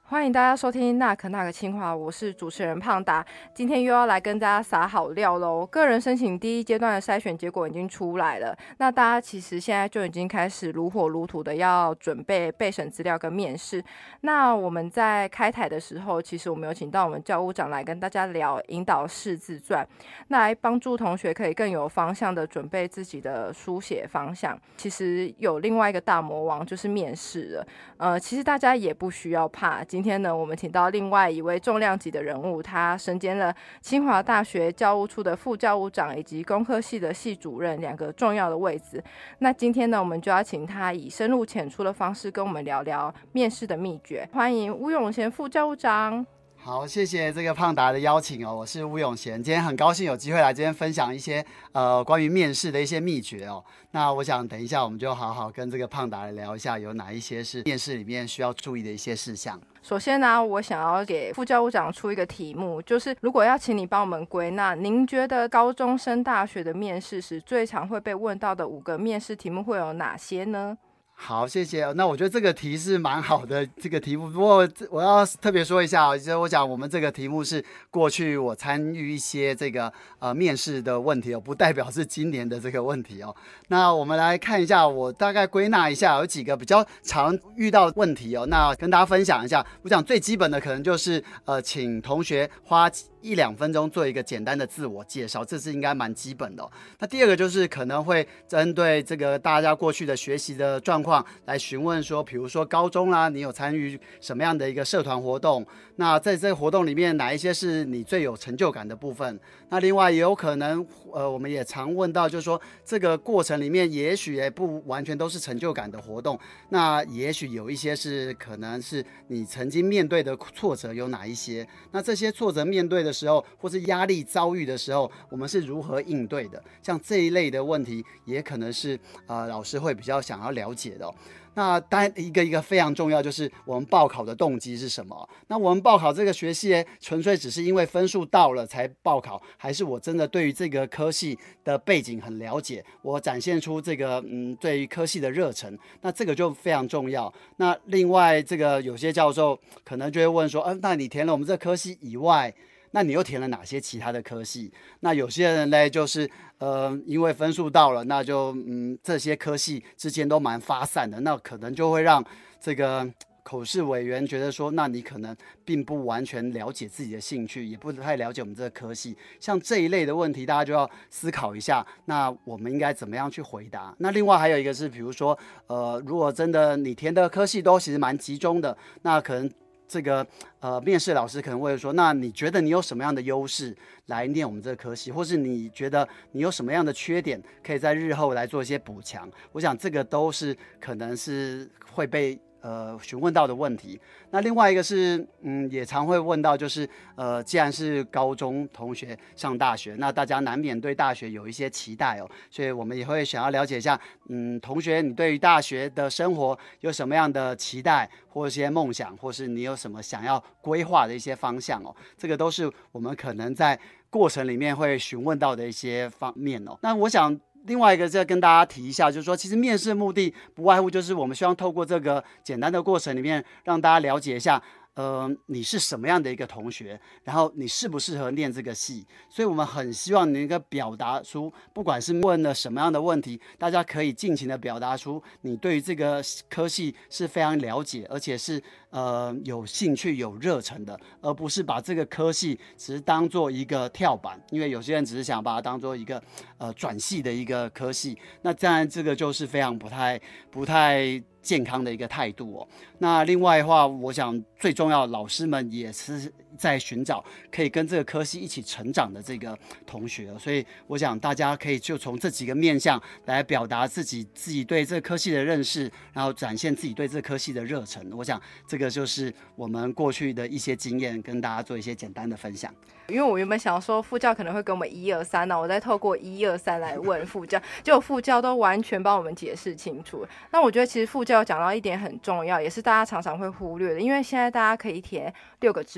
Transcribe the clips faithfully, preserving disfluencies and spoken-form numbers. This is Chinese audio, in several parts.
欢迎大家收听那可那个清华，我是主持人胖达，今天又要来跟大家撒好料喽。个人申请第一阶段的筛选结果已经出来了，那大家其实现在就已经开始如火如荼的要准备备审资料跟面试。那我们在开台的时候，其实我们有请到我们教务长来跟大家聊引导式自传，那来帮助同学可以更有方向的准备自己的书写方向。其实有另外一个大魔王就是面试了，呃，其实大家也不需要怕。今天呢，我们请到另外一位重量级的人物，他身兼了清华大学教务处的副教务长以及工科系的系主任两个重要的位置。那今天呢，我们就要请他以深入浅出的方式跟我们聊聊面试的秘诀。欢迎巫永贤副教务长。 好，谢谢这个胖达的邀请哦，我是巫永贤，今天很高兴有机会来这边分享一些呃关于面试的一些秘诀哦。那我想等一下我们就好好跟这个胖达来聊一下，有哪一些是面试里面需要注意的一些事项。 首先呢，我想要给副教务长出一个题目，就是如果要请你帮我们归纳，您觉得高中升大学的面试时最常会被问到的五个面试题目会有哪些呢？ 好，谢谢。那我觉得这个题是蛮好的这个题目，不过我要特别说一下，就是我讲我们这个题目是过去我参与一些这个呃面试的问题哦，不代表是今年的这个问题哦。那我们来看一下，我大概归纳一下，有几个比较常遇到的问题哦，那跟大家分享一下。我讲最基本的可能就是呃，请同学花一两分钟做一个简单的自我介绍，这是应该蛮基本的哦。那第二个就是可能会针对这个大家过去的学习的状况来询问说，比如说高中啦，你有参与什么样的一个社团活动？那在这个活动里面，哪一些是你最有成就感的部分？那另外也有可能，呃，我们也常问到，就是说这个过程里面，也许也不完全都是成就感的活动，那也许有一些是可能是你曾经面对的挫折有哪一些？那这些挫折面对的时候，或是压力遭遇的时候，我们是如何应对的？像这一类的问题，也可能是呃老师会比较想要了解的哦。那当然一个一个非常重要，就是我们报考的动机是什么？那我们报考这个学系，纯粹只是因为分数到了才报考，还是我真的对于这个科系的背景很了解，我展现出这个嗯对于科系的热忱？那这个就非常重要。那另外这个有些教授可能就会问说，嗯、呃，那你填了我们这科系以外，那你又填了哪些其他的科系？那有些人呢，就是呃，因为分数到了，那就嗯，这些科系之间都蛮发散的，那可能就会让这个口试委员觉得说，那你可能并不完全了解自己的兴趣，也不太了解我们这个科系。像这一类的问题，大家就要思考一下，那我们应该怎么样去回答？那另外还有一个是，比如说，呃，如果真的你填的科系都其实蛮集中的，那可能这个呃，面试老师可能会说，那你觉得你有什么样的优势来念我们这个科系，或是你觉得你有什么样的缺点，可以在日后来做一些补强？我想这个都是可能是会被呃询问到的问题。那另外一个是，嗯，也常会问到，就是呃，既然是高中同学上大学，那大家难免对大学有一些期待哦，所以我们也会想要了解一下，嗯，同学你对于大学的生活有什么样的期待，或一些梦想，或是你有什么想要规划的一些方向哦，这个都是我们可能在过程里面会询问到的一些方面哦。那我想另外一个再跟大家提一下，就是说，其实面试的目的不外乎就是我们希望透过这个简单的过程里面，让大家了解一下，呃，你是什么样的一个同学，然后你适不适合念这个系。所以我们很希望你能够表达出，不管是问了什么样的问题，大家可以尽情的表达出你对于这个科系是非常了解，而且是呃有兴趣、有热忱的，而不是把这个科系只是当做一个跳板。因为有些人只是想把它当做一个呃转系的一个科系，那当然这个就是非常不太不太健康的一个态度哦。那另外的话，我想最重要，老师们也是在寻找可以跟这个科系一起成长的这个同学，所以我想大家可以就从这几个面向来表达自己自己对这个科系的认识，然后展现自己对这个科系的热忱。我想这个就是我们过去的一些经验，跟大家做一些简单的分享。 因为我原本想说副教可能会给我们一二三呢，我再透过一二三来问副教，结果副教都完全帮我们解释清楚。那我觉得其实副教讲到一点很重要，也是大家常常会忽略的，因为现在大家可以填六个志愿，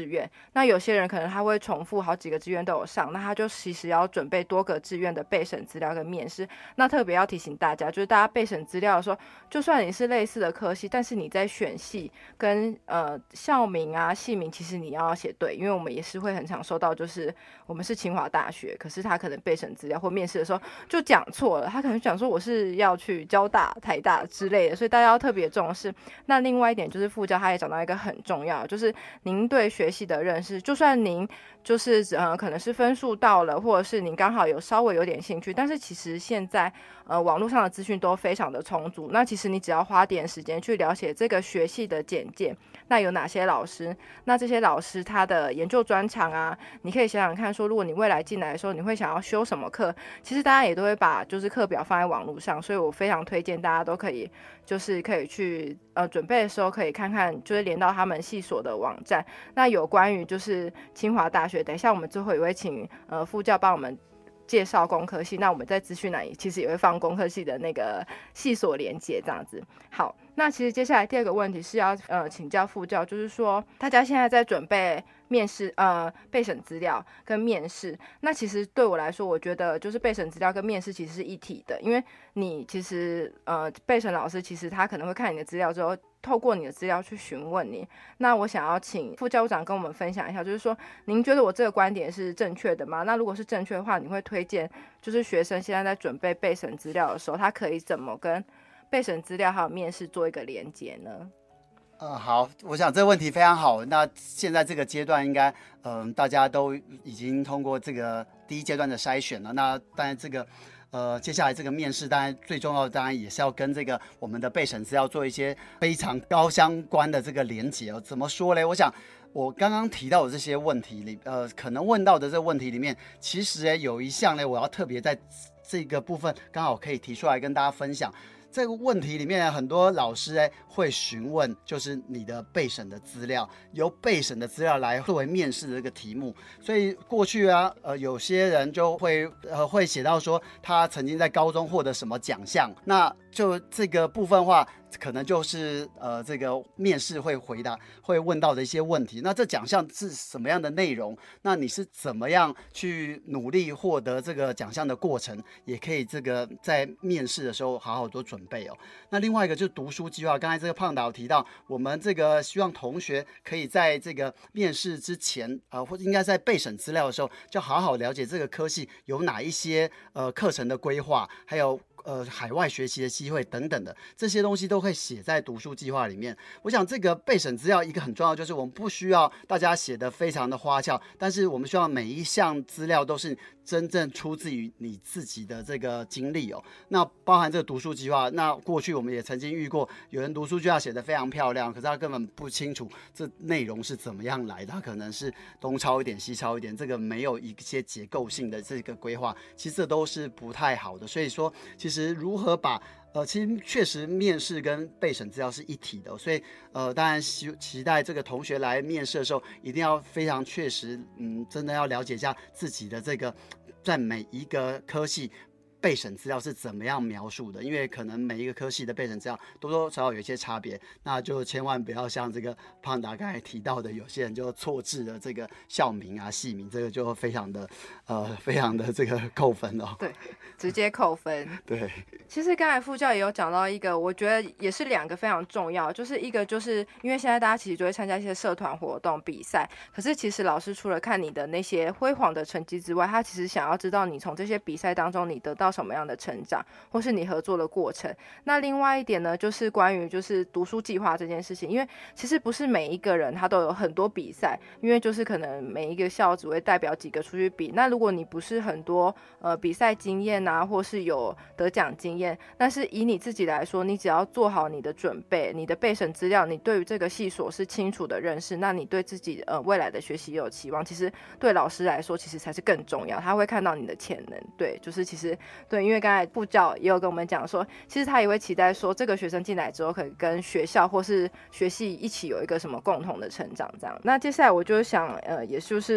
那有些人可能他会重复好几个志愿都有上，那他就其实要准备多个志愿的备审资料跟面试。那特别要提醒大家，就是大家备审资料的时候，就算你是类似的科系，但是你在选系跟呃校名啊系名，其实你要写对，因为我们也是会很常收到，就是我们是清华大学，可是他可能备审资料或面试的时候就讲错了，他可能讲说我是要去交大、台大之类的，所以大家要特别重视。那另外一点就是副教他也讲到一个很重要，就是您对学习的认识，就算您就是呃可能是分数到了，或者是您刚好有稍微有点兴趣，但是其实现在呃网络上的资讯都非常的充足，那其实你只要花点时间去了解这个学系的简介，那有哪些老师，那这些老师他的研究专长啊，你可以想想看说，如果你未来进来的时候你会想要修什么课，其实大家也都会把就是课表放在网络上，所以我非常推荐大家都可以就是可以去呃准备的时候可以看看，就是连到他们系所的网站。那有关于就是清华大学，等一下我们最后也会请呃副教帮我们介绍工科系，那我们在资讯栏其实也会放工科系的那个系所连结这样子。好，那其实接下来第二个问题是要呃请教副教，就是说大家现在在准备面试呃备审资料跟面试，那其实对我来说，我觉得就是备审资料跟面试其实是一体的，因为你其实呃备审老师其实他可能会看你的资料之后，透过你的资料去询问你。那我想要请副教务长跟我们分享一下，就是说您觉得我这个观点是正确的吗？那如果是正确的话，你会推荐就是学生现在在准备备审资料的时候，他可以怎么跟备审资料还有面试做一个连结呢？ 呃，好，我想这个问题非常好。那现在这个阶段，应该嗯、呃，大家都已经通过这个第一阶段的筛选了。那当然，这个呃，接下来这个面试，当然最重要的，当然也是要跟这个我们的备审资料做一些非常高相关的这个连结哦。怎么说嘞？我想我刚刚提到的这些问题里，呃，可能问到的这个问题里面，其实诶有一项呢，我要特别在这个部分刚好可以提出来跟大家分享。这个问题里面，很多老师哎会询问，就是你的备审的资料，由备审的资料来作为面试的这个题目。所以过去啊，呃，有些人就会呃会写到说，他曾经在高中获得什么奖项，那就这个部分的话，可能就是呃这个面试会回答会问到的一些问题。那这奖项是什么样的内容？那你是怎么样去努力获得这个奖项的过程，也可以这个在面试的时候好好多准备哦。那另外一个就是读书计划，刚才这个胖导提到，我们这个希望同学可以在这个面试之前，呃，或者应该在备审资料的时候，就好好了解这个科系有哪一些呃课程的规划，还有呃海外学习的机会等等的，这些东西都会写在读书计划里面。我想这个备审资料一个很重要，就是我们不需要大家写的非常的花俏，但是我们需要每一项资料都是真正出自于你自己的这个经历哦。那包含这个读书计划，那过去我们也曾经遇过有人读书计划写得非常漂亮，可是他根本不清楚这内容是怎么样来的，他可能是东抄一点西抄一点，这个没有一些结构性的这个规划，其实这都是不太好的。所以说其实如何把呃，其实确实面试跟备审资料是一体的，所以呃，当然期期待这个同学来面试的时候，一定要非常确实，嗯，真的要了解一下自己的这个在每一个科系备审资料是怎么样描述的，因为可能每一个科系的备审资料多多少少有一些差别，那就千万不要像这个胖达刚才提到的，有些人就错字了这个校名啊、系名，这个就非常的呃非常的这个扣分哦。 对，直接扣分。 对， 其实刚才副教也有讲到一个，我觉得也是两个非常重要，就是一个就是因为现在大家其实就会参加一些社团活动、比赛，可是其实老师除了看你的那些辉煌的成绩之外，他其实想要知道你从这些比赛当中你得到什么样的成长，或是你合作的过程。那另外一点呢，就是关于就是读书计划这件事情，因为其实不是每一个人他都有很多比赛，因为就是可能每一个校只会代表几个出去比。那如果你不是很多呃比赛经验啊，或是有得奖经验，但是以你自己来说，你只要做好你的准备，你的备审资料，你对于这个系所是清楚的认识，那你对自己呃未来的学习也有期望，其实对老师来说其实才是更重要，他会看到你的潜能。对，就是其实对，因为刚才副教也有跟我们讲说，其实他也会期待说这个学生进来之后可以跟学校或是学系一起有一个什么共同的成长这样。那接下来我就想呃也就是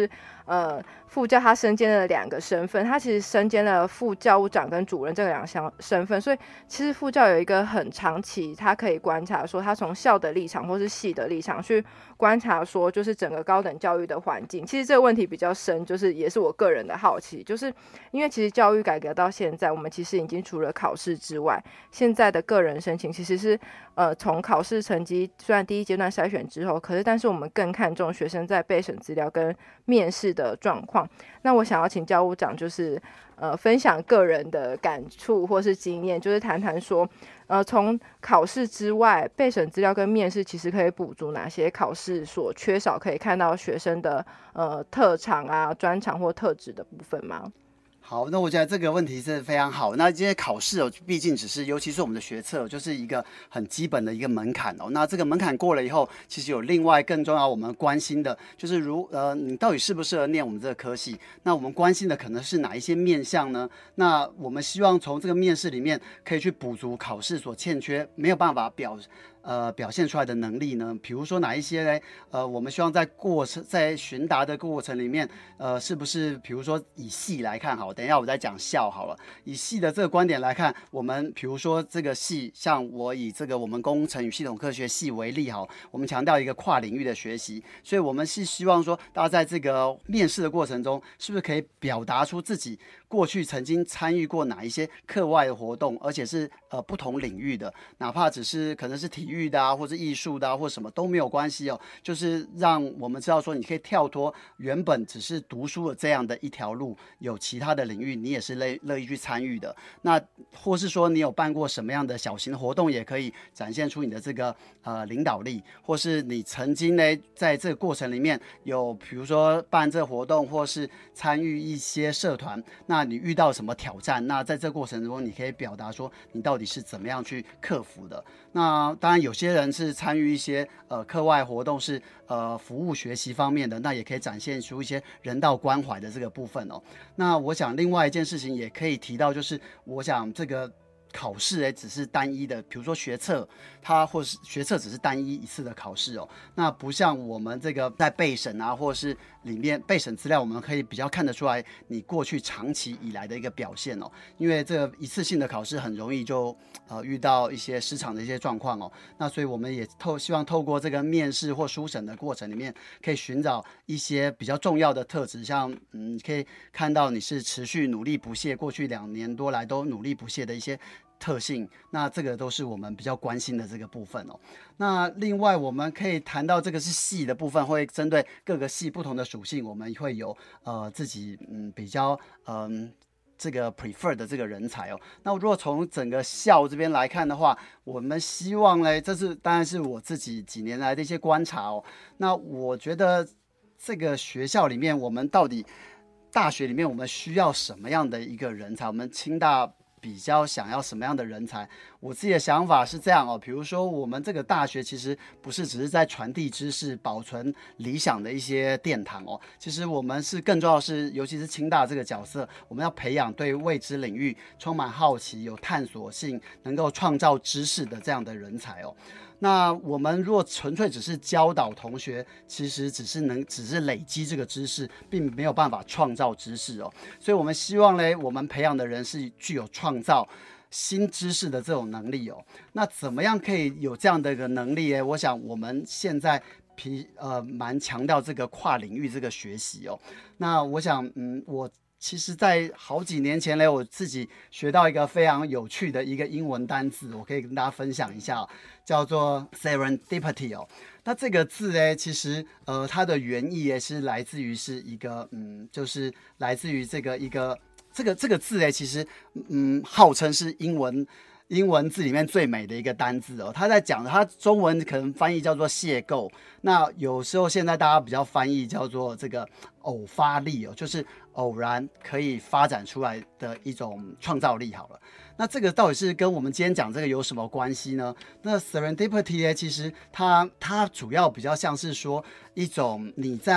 呃副教他身兼了两个身份，他其实身兼了副教务长跟主任这两项身份，所以其实副教有一个很长期，他可以观察说，他从校的立场或是系的立场去观察说，就是整个高等教育的环境。其实这个问题比较深，就是也是我个人的好奇，就是因为其实教育改革到现在，我们其实已经除了考试之外，现在的个人申请其实是呃从考试成绩虽然第一阶段筛选之后，可是但是我们更看重学生在备审资料跟面试的状况。那我想要请教务长就是呃分享个人的感触或是经验，就是谈谈说呃从考试之外，备审资料跟面试其实可以补足哪些考试所缺少，可以看到学生的呃特长啊、专长或特质的部分吗？ 好，那我觉得这个问题是非常好。那这些考试哦，毕竟只是，尤其是我们的学测，就是一个很基本的一个门槛哦。那这个门槛过了以后，其实有另外更重要我们关心的，就是如呃，你到底适不适合念我们这个科系？那我们关心的可能是哪一些面向呢？那我们希望从这个面试里面可以去补足考试所欠缺，没有办法表。呃，表现出来的能力呢？比如说哪一些呢？呃，我们希望在过程在询答的过程里面，呃，是不是比如说以系来看好？等一下我再讲校好了。以系的这个观点来看，我们比如说这个系，像我以这个我们工程与系统科学系为例好，我们强调一个跨领域的学习，所以我们是希望说，大家在这个面试的过程中，是不是可以表达出自己过去曾经参与过哪一些课外的活动，而且是呃不同领域的，哪怕只是可能是体育的啊，或者艺术的啊，或什么都没有关系哦。就是让我们知道说，你可以跳脱原本只是读书的这样的一条路，有其他的领域你也是乐乐意去参与的。那或是说你有办过什么样的小型活动，也可以展现出你的这个呃领导力，或是你曾经呢在这个过程里面有比如说办这个活动，或是参与一些社团，那你遇到什么挑战？那在这个过程中，你可以表达说你到底是怎么样去克服的。那当然，有些人是参与一些呃课外活动，是呃服务学习方面的，那也可以展现出一些人道关怀的这个部分哦。那我想另外一件事情也可以提到，就是我想这个。考试诶，只是单一的，比如说学测，它或是学测只是单一一次的考试哦。那不像我们这个在备审啊，或是里面备审资料，我们可以比较看得出来你过去长期以来的一个表现哦。因为这个一次性的考试很容易就呃遇到一些失常的一些状况哦。那所以我们也透希望透过这个面试或书审的过程里面，可以寻找一些比较重要的特质，像嗯，可以看到你是持续努力不懈，过去两年多来都努力不懈的一些特性，那这个都是我们比较关心的这个部分哦。那另外我们可以谈到这个是系的部分，会针对各个系不同的属性，我们会有呃自己嗯比较嗯。这个 prefer 的这个人才哦，那如果从整个校这边来看的话，我们希望呢，这是当然是我自己几年来的一些观察哦。那我觉得这个学校里面，我们到底大学里面我们需要什么样的一个人才？我们清大比较想要什么样的人才？我自己的想法是这样哦，比如说我们这个大学其实不是只是在传递知识、保存理想的一些殿堂哦，其实我们是更重要的是，尤其是清大这个角色，我们要培养对未知领域充满好奇、有探索性、能够创造知识的这样的人才哦。那我们如果纯粹只是教导同学，其实只是能只是累积这个知识，并没有办法创造知识哦。所以我们希望呢，我们培养的人是具有创造新知识的这种能力哦。那怎么样可以有这样的一个能力呢？我想我们现在皮呃蛮强调这个跨领域这个学习哦。那我想嗯我。其实，在好几年前呢，我自己学到一个非常有趣的一个英文单字，我可以跟大家分享一下哦，叫做 serendipity 哦。那这个字呢，其实呃，它的原意也是来自于是一个嗯，就是来自于这个一个这个这个字呢，其实嗯，号称是英文。英文字里面最美的一个单字哦，他在讲他中文可能翻译叫做邂逅，那有时候现在大家比较翻译叫做这个偶发力哦，就是偶然可以发展出来的一种创造力好了。那这个到底是跟我们今天讲这个有什么关系呢？那 serendipity 呢，其实它它主要比较像是说一种你在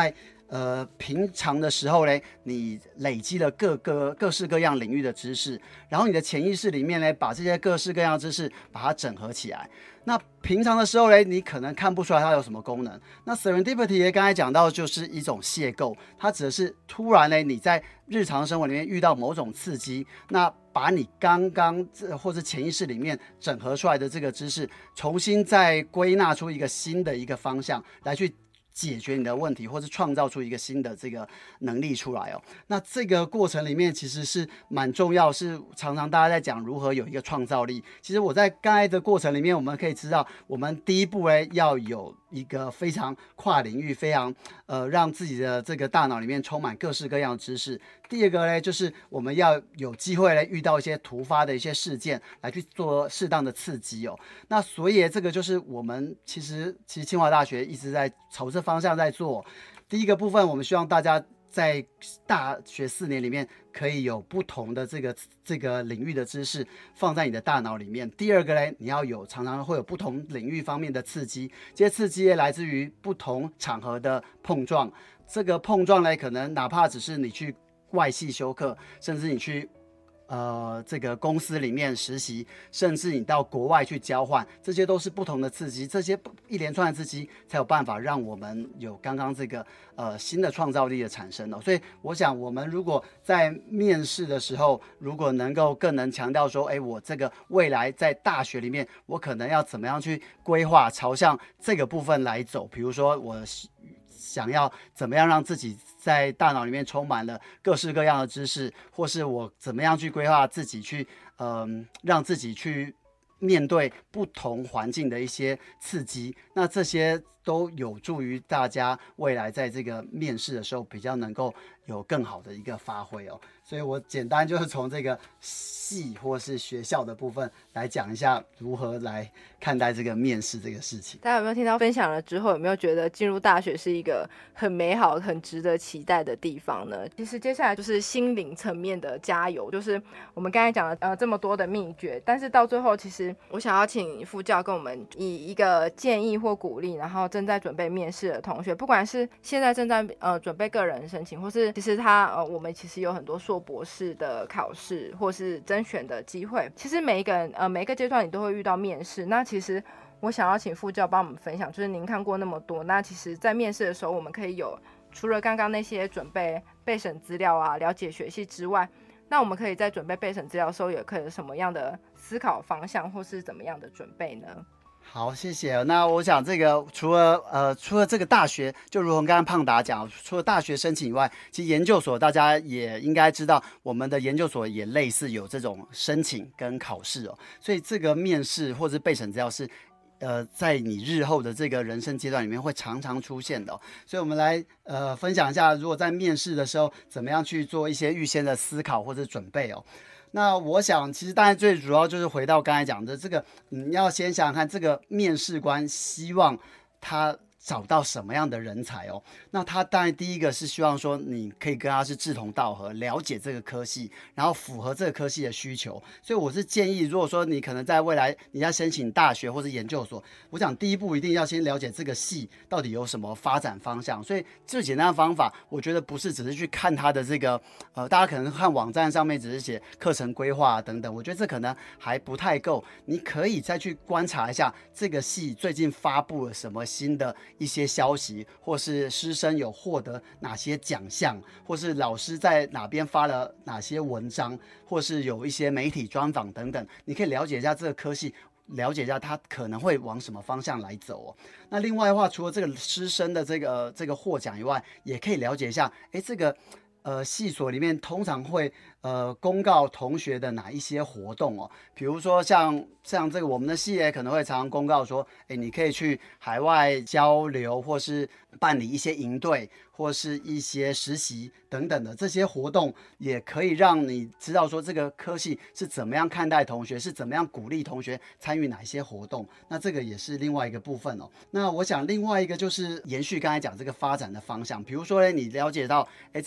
呃平常的时候呢，你累积了各个各式各样领域的知识，然后你的潜意识里面呢，把这些各式各样的知识把它整合起来。那平常的时候呢，你可能看不出来它有什么功能。那 serendipity 刚才讲到就是一种邂逅，它指的是突然呢，你在日常生活里面遇到某种刺激，那把你刚刚或者潜意识里面整合出来的这个知识，重新再归纳出一个新的一个方向来去解决你的问题，或是创造出一个新的这个能力出来哦。那这个过程里面其实是蛮重要，是常常大家在讲如何有一个创造力。其实我在刚才的过程里面，我们可以知道，我们第一步呢要有一个非常跨领域、非常呃让自己的这个大脑里面充满各式各样的知识。第二个呢，就是我们要有机会呢遇到一些突发的一些事件，来去做适当的刺激哦。那所以这个就是我们其实其实清华大学一直在朝这方向在做。第一个部分，我们希望大家在大学四年里面可以有不同的这个这个领域的知识放在你的大脑里面。第二个呢，你要有常常会有不同领域方面的刺激，这些刺激也来自于不同场合的碰撞。这个碰撞呢，可能哪怕只是你去外系修课，甚至你去呃，这个公司里面实习，甚至你到国外去交换，这些都是不同的刺激，这些一连串的刺激才有办法让我们有刚刚这个呃新的创造力的产生哦。所以我想，我们如果在面试的时候，如果能够更能强调说，哎，我这个未来在大学里面，我可能要怎么样去规划，朝向这个部分来走，比如说我想要怎么样让自己在大脑里面充满了各式各样的知识，或是我怎么样去规划自己去，嗯、呃，让自己去面对不同环境的一些刺激，那这些都有助于大家未来在这个面试的时候比较能够有更好的一个发挥哦。所以我简单就是从这个系或是学校的部分来讲一下如何来看待这个面试这个事情。 大家有没有听到分享了之后，有没有觉得进入大学是一个很美好、很值得期待的地方呢？其实接下来就是心灵层面的加油，就是我们刚才讲了呃这么多的秘诀，但是到最后，其实我想要请副教跟我们以一个建议或鼓励，然后正在准备面试的同学，不管是现在正在呃准备个人申请，或是其实他呃我们其实有很多硕博士的考试或是甄选的机会，其实每一个人呃每一个阶段你都会遇到面试。那其实我想要请副教帮我们分享，就是您看过那么多，那其实在面试的时候，我们可以有除了刚刚那些准备备审资料啊、了解学系之外，那我们可以在准备备审资料的时候，也可以有什么样的思考方向，或是怎么样的准备呢？ 好，谢谢。那我想这个除了呃除了这个大学，就如同刚刚胖达讲，除了大学申请以外，其实研究所大家也应该知道，我们的研究所也类似有这种申请跟考试哦。所以这个面试或是备审资料是呃在你日后的这个人生阶段里面会常常出现的哦。所以我们来呃分享一下，如果在面试的时候怎么样去做一些预先的思考或者准备哦。那我想，其实当然最主要就是回到刚才讲的这个，你要先想想看，这个面试官希望他找到什么样的人才哦。那他当然第一个是希望说你可以跟他是志同道合，了解这个科系，然后符合这个科系的需求。所以我是建议，如果说你可能在未来你要申请大学或是研究所，我想第一步一定要先了解这个系到底有什么发展方向。所以最简单的方法，我觉得不是只是去看他的这个呃，大家可能看网站上面只是写课程规划、啊、等等，我觉得这可能还不太够。你可以再去观察一下这个系最近发布了什么新的一些消息，或是师生有获得哪些奖项，或是老师在哪边发了哪些文章，或是有一些媒体专访等等，你可以了解一下这个科系，了解一下它可能会往什么方向来走哦。那另外的话，除了这个师生的这个这个获奖以外，也可以了解一下，哎，这个呃系所里面通常会呃公告同学的哪一些活动哦，比如说像像这个我们的系也可能会常常公告说，哎，你可以去海外交流，或是办理一些营队，或是一些实习等等的这些活动，也可以让你知道说这个科系是怎么样看待同学，是怎么样鼓励同学参与哪些活动。那这个也是另外一个部分哦。那我想另外一个就是延续刚才讲这个发展的方向，比如说呢，你了解到，哎，这个科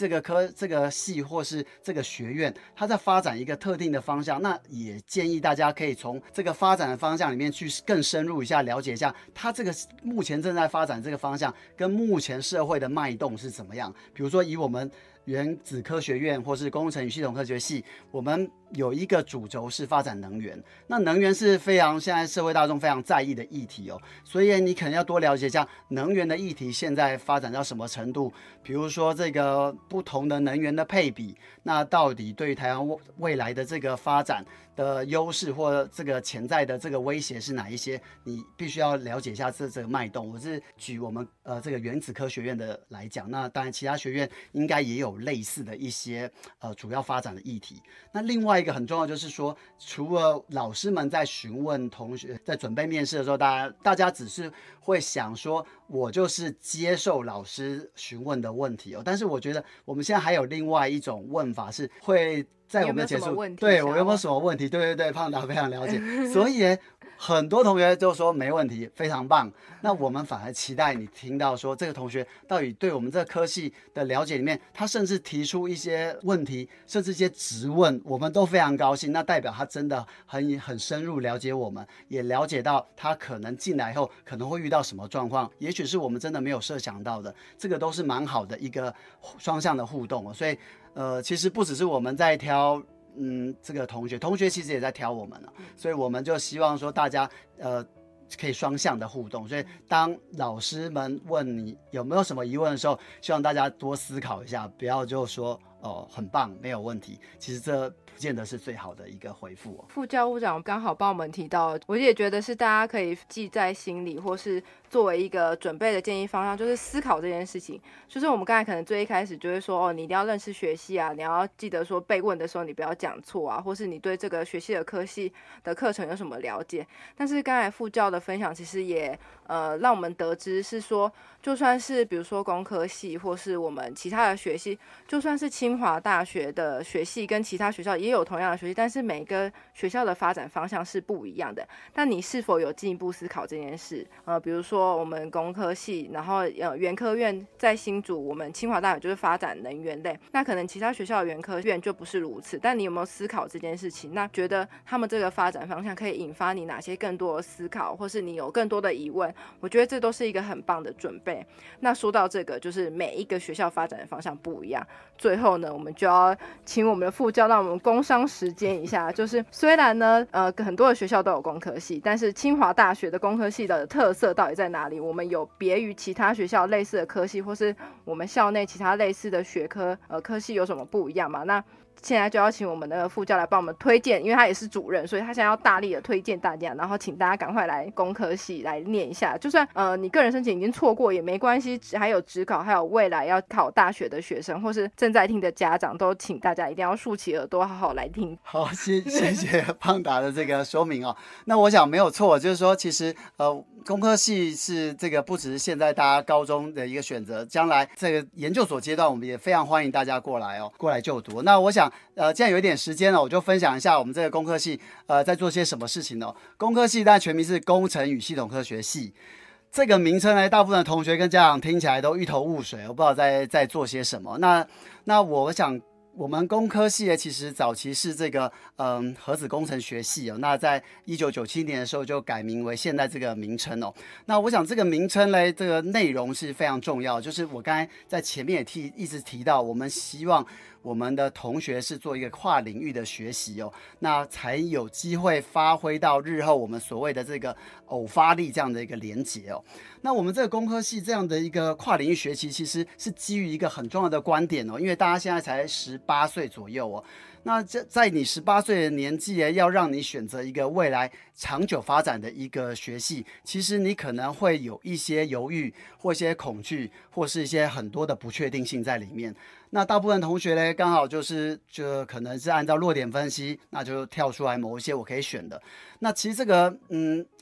这个系或是这个学院，它在发展一个特定的方向，那也建议大家可以从这个发展的方向里面去更深入一下，了解一下它这个目前正在发展这个方向跟目前社会的脉动是怎么样。比如说以我们原子科学院或是工程与系统科学系，我们有一个主轴是发展能源，那能源是非常现在社会大众非常在意的议题哦，所以你可能要多了解一下能源的议题现在发展到什么程度，比如说这个不同的能源的配比，那到底对于台湾未来的这个发展的优势或这个潜在的这个威胁是哪一些，你必须要了解一下这这个脉动。我是举我们呃这个原子科学院的来讲，那当然其他学院应该也有类似的一些呃主要发展的议题。那另外一个很重要就是说，除了老师们在询问同学在准备面试的时候，大家大家只是会想说我就是接受老师询问的问题哦，但是我觉得我们现在还有另外一种问法是会在我们的结束，对我有没有什么问题？对对对，胖达非常了解，所以很多同学就说没问题，非常棒。那我们反而期待你听到说这个同学到底对我们这个科系的了解里面，他甚至提出一些问题，甚至一些质问，我们都非常高兴。那代表他真的很很深入了解我们，也了解到他可能进来后可能会遇到什么状况，也许是我们真的没有设想到的，这个都是蛮好的一个双向的互动哦。所以呃，其实不只是我们在挑。嗯，这个同学，同学其实也在挑我们了，所以我们就希望说大家呃可以双向的互动。所以当老师们问你有没有什么疑问的时候，希望大家多思考一下，不要就说哦很棒没有问题。其实这不见得是最好的一个回复哦。 副教务长刚好帮我们提到，我也觉得是大家可以记在心里，或是作为一个准备的建议方向，就是思考这件事情。就是我们刚才可能最一开始就会说，哦，你一定要认识学系啊，你要记得说被问的时候你不要讲错啊，或是你对这个学系的科系的课程有什么了解。但是刚才副教的分享其实也呃让我们得知是说，就算是比如说工科系或是我们其他的学系，就算是清华大学的学系跟其他学校也有同样的学系，但是每个学校的发展方向是不一样的。但你是否有进一步思考这件事？呃，比如说我们工科系，然后呃原科院在新竹，我们清华大学就是发展能源类，那可能其他学校的原科院就不是如此。但你有没有思考这件事情？那觉得他们这个发展方向可以引发你哪些更多的思考，或是你有更多的疑问？我觉得这都是一个很棒的准备。那说到这个，就是每一个学校发展的方向不一样。最后呢，我们就要请我们的副教让我们工商时间一下，就是虽然呢，呃，很多的学校都有工科系，但是清华大学的工科系的特色到底在哪里？我们有别于其他学校类似的科系，或是我们校内其他类似的学科呃科系有什么不一样吗？那现在就要请我们的副教来帮我们推荐，因为他也是主任，所以他现在要大力的推荐大家，然后请大家赶快来工科系来念一下。就算呃你个人申请已经错过也没关系，还有指考，还有未来要考大学的学生，或是正在听的家长，都请大家一定要竖起耳朵，好好来听。 好，谢谢谢胖达的这个说明哦。那我想没有错，就是说其实呃工科系是这个不只是现在大家高中的一个选择，将来这个研究所阶段，我们也非常欢迎大家过来哦，过来就读。那我想。呃，既然有一点时间了，我就分享一下我们这个工科系呃在做些什么事情呢？工科系但全名是工程与系统科学系，这个名称呢，大部分的同学跟家长听起来都一头雾水，我不知道在在做些什么。那那我想。我们工科系其实早期是这个嗯核子工程学系哦，那在一九九七年的时候就改名为现在这个名称哦。那我想这个名称呢，这个内容是非常重要，就是我刚才在前面也提一直提到，我们希望我们的同学是做一个跨领域的学习哦，那才有机会发挥到日后我们所谓的这个偶发力这样的一个连结哦。那我们这个工科系这样的一个跨领域学习，其实是基于一个很重要的观点哦，因为大家现在才十八岁左右哦。那在你十八岁的年纪，要让你选择一个未来长久发展的一个学系，其实你可能会有一些犹豫，或一些恐惧，或是一些很多的不确定性在里面。那大部分同学呢，刚好就是就可能是按照落点分析，那就跳出来某一些我可以选的。那其实这个嗯，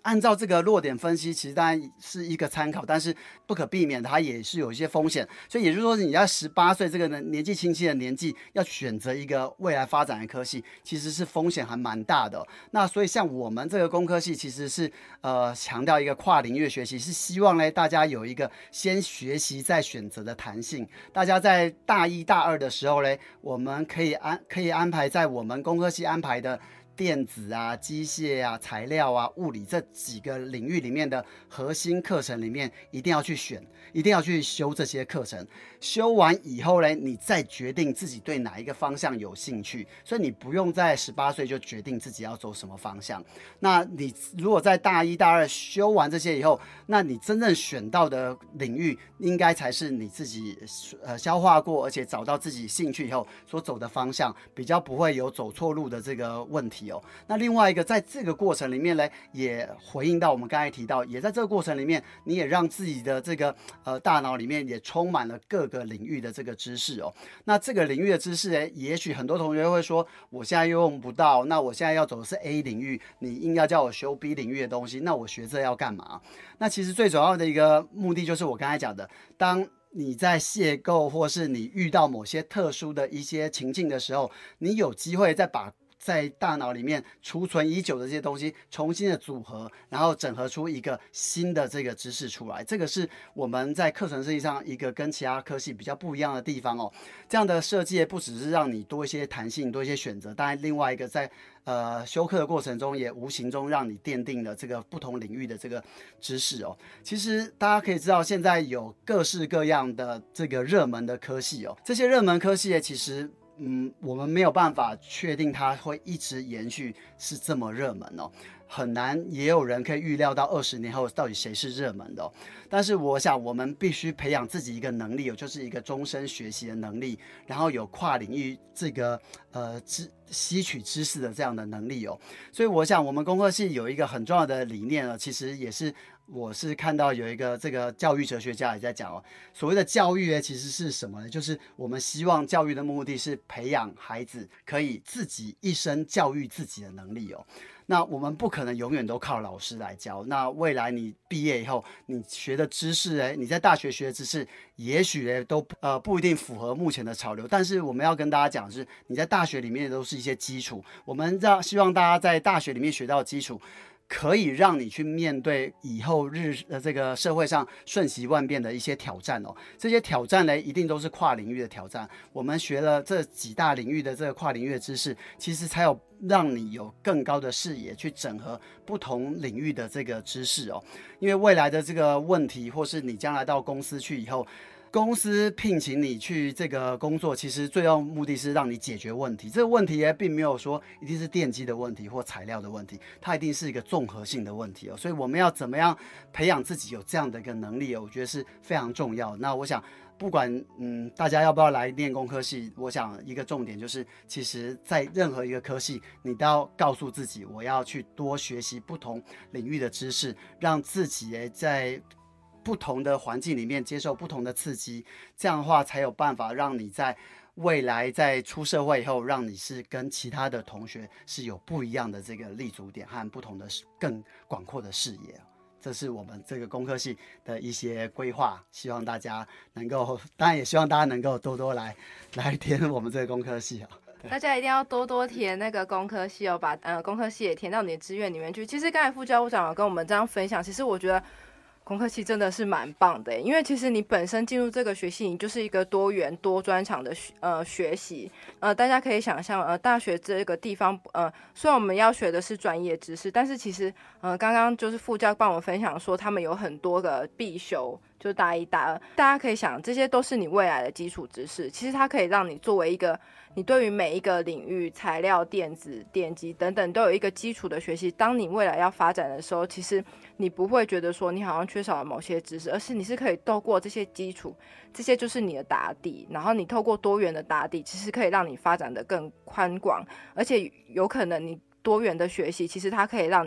按照这个落点分析，其实当然是一个参考，但是不可避免的，它也是有一些风险。所以也就是说，你在十八岁这个年纪轻轻的年纪，要选择一个未来发展的科系，其实是风险还蛮大的。那所以像我们这个工科系，其实是呃强调一个跨领域的学习，是希望呢大家有一个先学习再选择的弹性。大家在大一大二的时候呢，我们可以安可以安排在我们工科系安排的电子啊、机械啊、材料啊、物理这几个领域里面的核心课程里面，一定要去选，一定要去修这些课程。修完以后呢，你再决定自己对哪一个方向有兴趣。所以你不用在十八岁就决定自己要走什么方向。那你如果在大一大二修完这些以后，那你真正选到的领域，应该才是你自己呃消化过，而且找到自己兴趣以后所走的方向，比较不会有走错路的这个问题哦。那另外一个，在这个过程里面呢，也回应到我们刚才提到，也在这个过程里面，你也让自己的这个呃大脑里面也充满了各个领域的这个知识哦。那这个领域的知识呢，也许很多同学会说，我现在又用不到，那我现在要走的是 A 领域，你硬要叫我修 B 领域的东西，那我学这要干嘛？那其实最主要的一个目的就是我刚才讲的，当你在邂逅或是你遇到某些特殊的一些情境的时候，你有机会再把在大脑里面储存已久的这些东西重新的组合，然后整合出一个新的这个知识出来。这个是我们在课程设计上一个跟其他科系比较不一样的地方哦。这样的设计不只是让你多一些弹性，多一些选择，当然另外一个在呃修课的过程中，也无形中让你奠定了这个不同领域的这个知识哦。其实大家可以知道，现在有各式各样的这个热门的科系哦，这些热门科系其实嗯，我们没有办法确定它会一直延续是这么热门哦，很难，也有人可以预料到二十年后到底谁是热门的哦。但是我想，我们必须培养自己一个能力哦，就是一个终身学习的能力，然后有跨领域这个呃知吸取知识的这样的能力哦。所以我想，我们工科系有一个很重要的理念呢，其实也是。我是看到有一个这个教育哲学家也在讲哦，所谓的教育呢，其实是什么呢？就是我们希望教育的目的是培养孩子可以自己一生教育自己的能力哦。那我们不可能永远都靠老师来教。那未来你毕业以后，你学的知识呢，你在大学学的知识，也许呢都呃不一定符合目前的潮流。但是我们要跟大家讲的是，你在大学里面都是一些基础，我们让希望大家在大学里面学到的基础。可以让你去面对以后日呃这个社会上瞬息万变的一些挑战哦，这些挑战呢一定都是跨领域的挑战。我们学了这几大领域的这个跨领域的知识，其实才有让你有更高的视野去整合不同领域的这个知识哦。因为未来的这个问题，或是你将来到公司去以后。公司聘请你去这个工作，其实最终目的是让你解决问题。这个问题也并没有说一定是电机的问题或材料的问题，它一定是一个综合性的问题哦。所以我们要怎么样培养自己有这样的一个能力哦，我觉得是非常重要。那我想，不管嗯大家要不要来念工科系，我想一个重点就是，其实在任何一个科系，你都要告诉自己，我要去多学习不同领域的知识，让自己在不同的环境里面接受不同的刺激，这样的话才有办法让你在未来在出社会以后，让你是跟其他的同学是有不一样的这个立足点和不同的更广阔的视野。这是我们这个工科系的一些规划，希望大家能够，当然也希望大家能够多多来来填我们这个工科系啊。 大家一定要多多填那个工科系哦，把呃工科系也填到你的志愿里面去。其实刚才副教务长有跟我们这样分享，其实我觉得。工科系真的是蛮棒的，因为其实你本身进入这个学系，你就是一个多元多专长的呃学习。呃，大家可以想象，呃，大学这个地方，呃，虽然我们要学的是专业知识，但是其实，呃，刚刚就是副教帮我们分享说，他们有很多个必修，就大一、大二，大家可以想，这些都是你未来的基础知识。其实它可以让你作为一个你对于每一个领域，材料、电子、电机等等，都有一个基础的学习。当你未来要发展的时候，其实你不会觉得说你好像缺少了某些知识，而是你是可以透过这些基础，这些就是你的打底，然后你透过多元的打底，其实可以让你发展的更宽广，而且有可能你多元的学习，其实它可以让你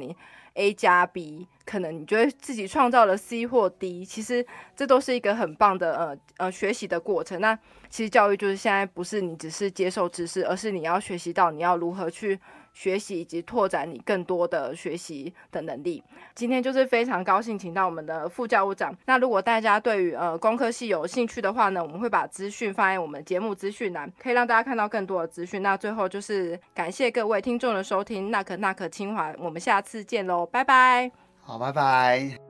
A 加 B， 可能你觉得自己创造了 C 或 D， 其实这都是一个很棒的呃呃学习的过程。那其实教育就是现在不是你只是接受知识，而是你要学习到你要如何去学习以及拓展你更多的学习的能力。今天就是非常高兴请到我们的副教务长。那如果大家对于呃工科系有兴趣的话呢，我们会把资讯放在我们节目资讯栏，可以让大家看到更多的资讯。那最后就是感谢各位听众的收听，那可那可清华，我们下次见喽，拜拜。 好，拜拜。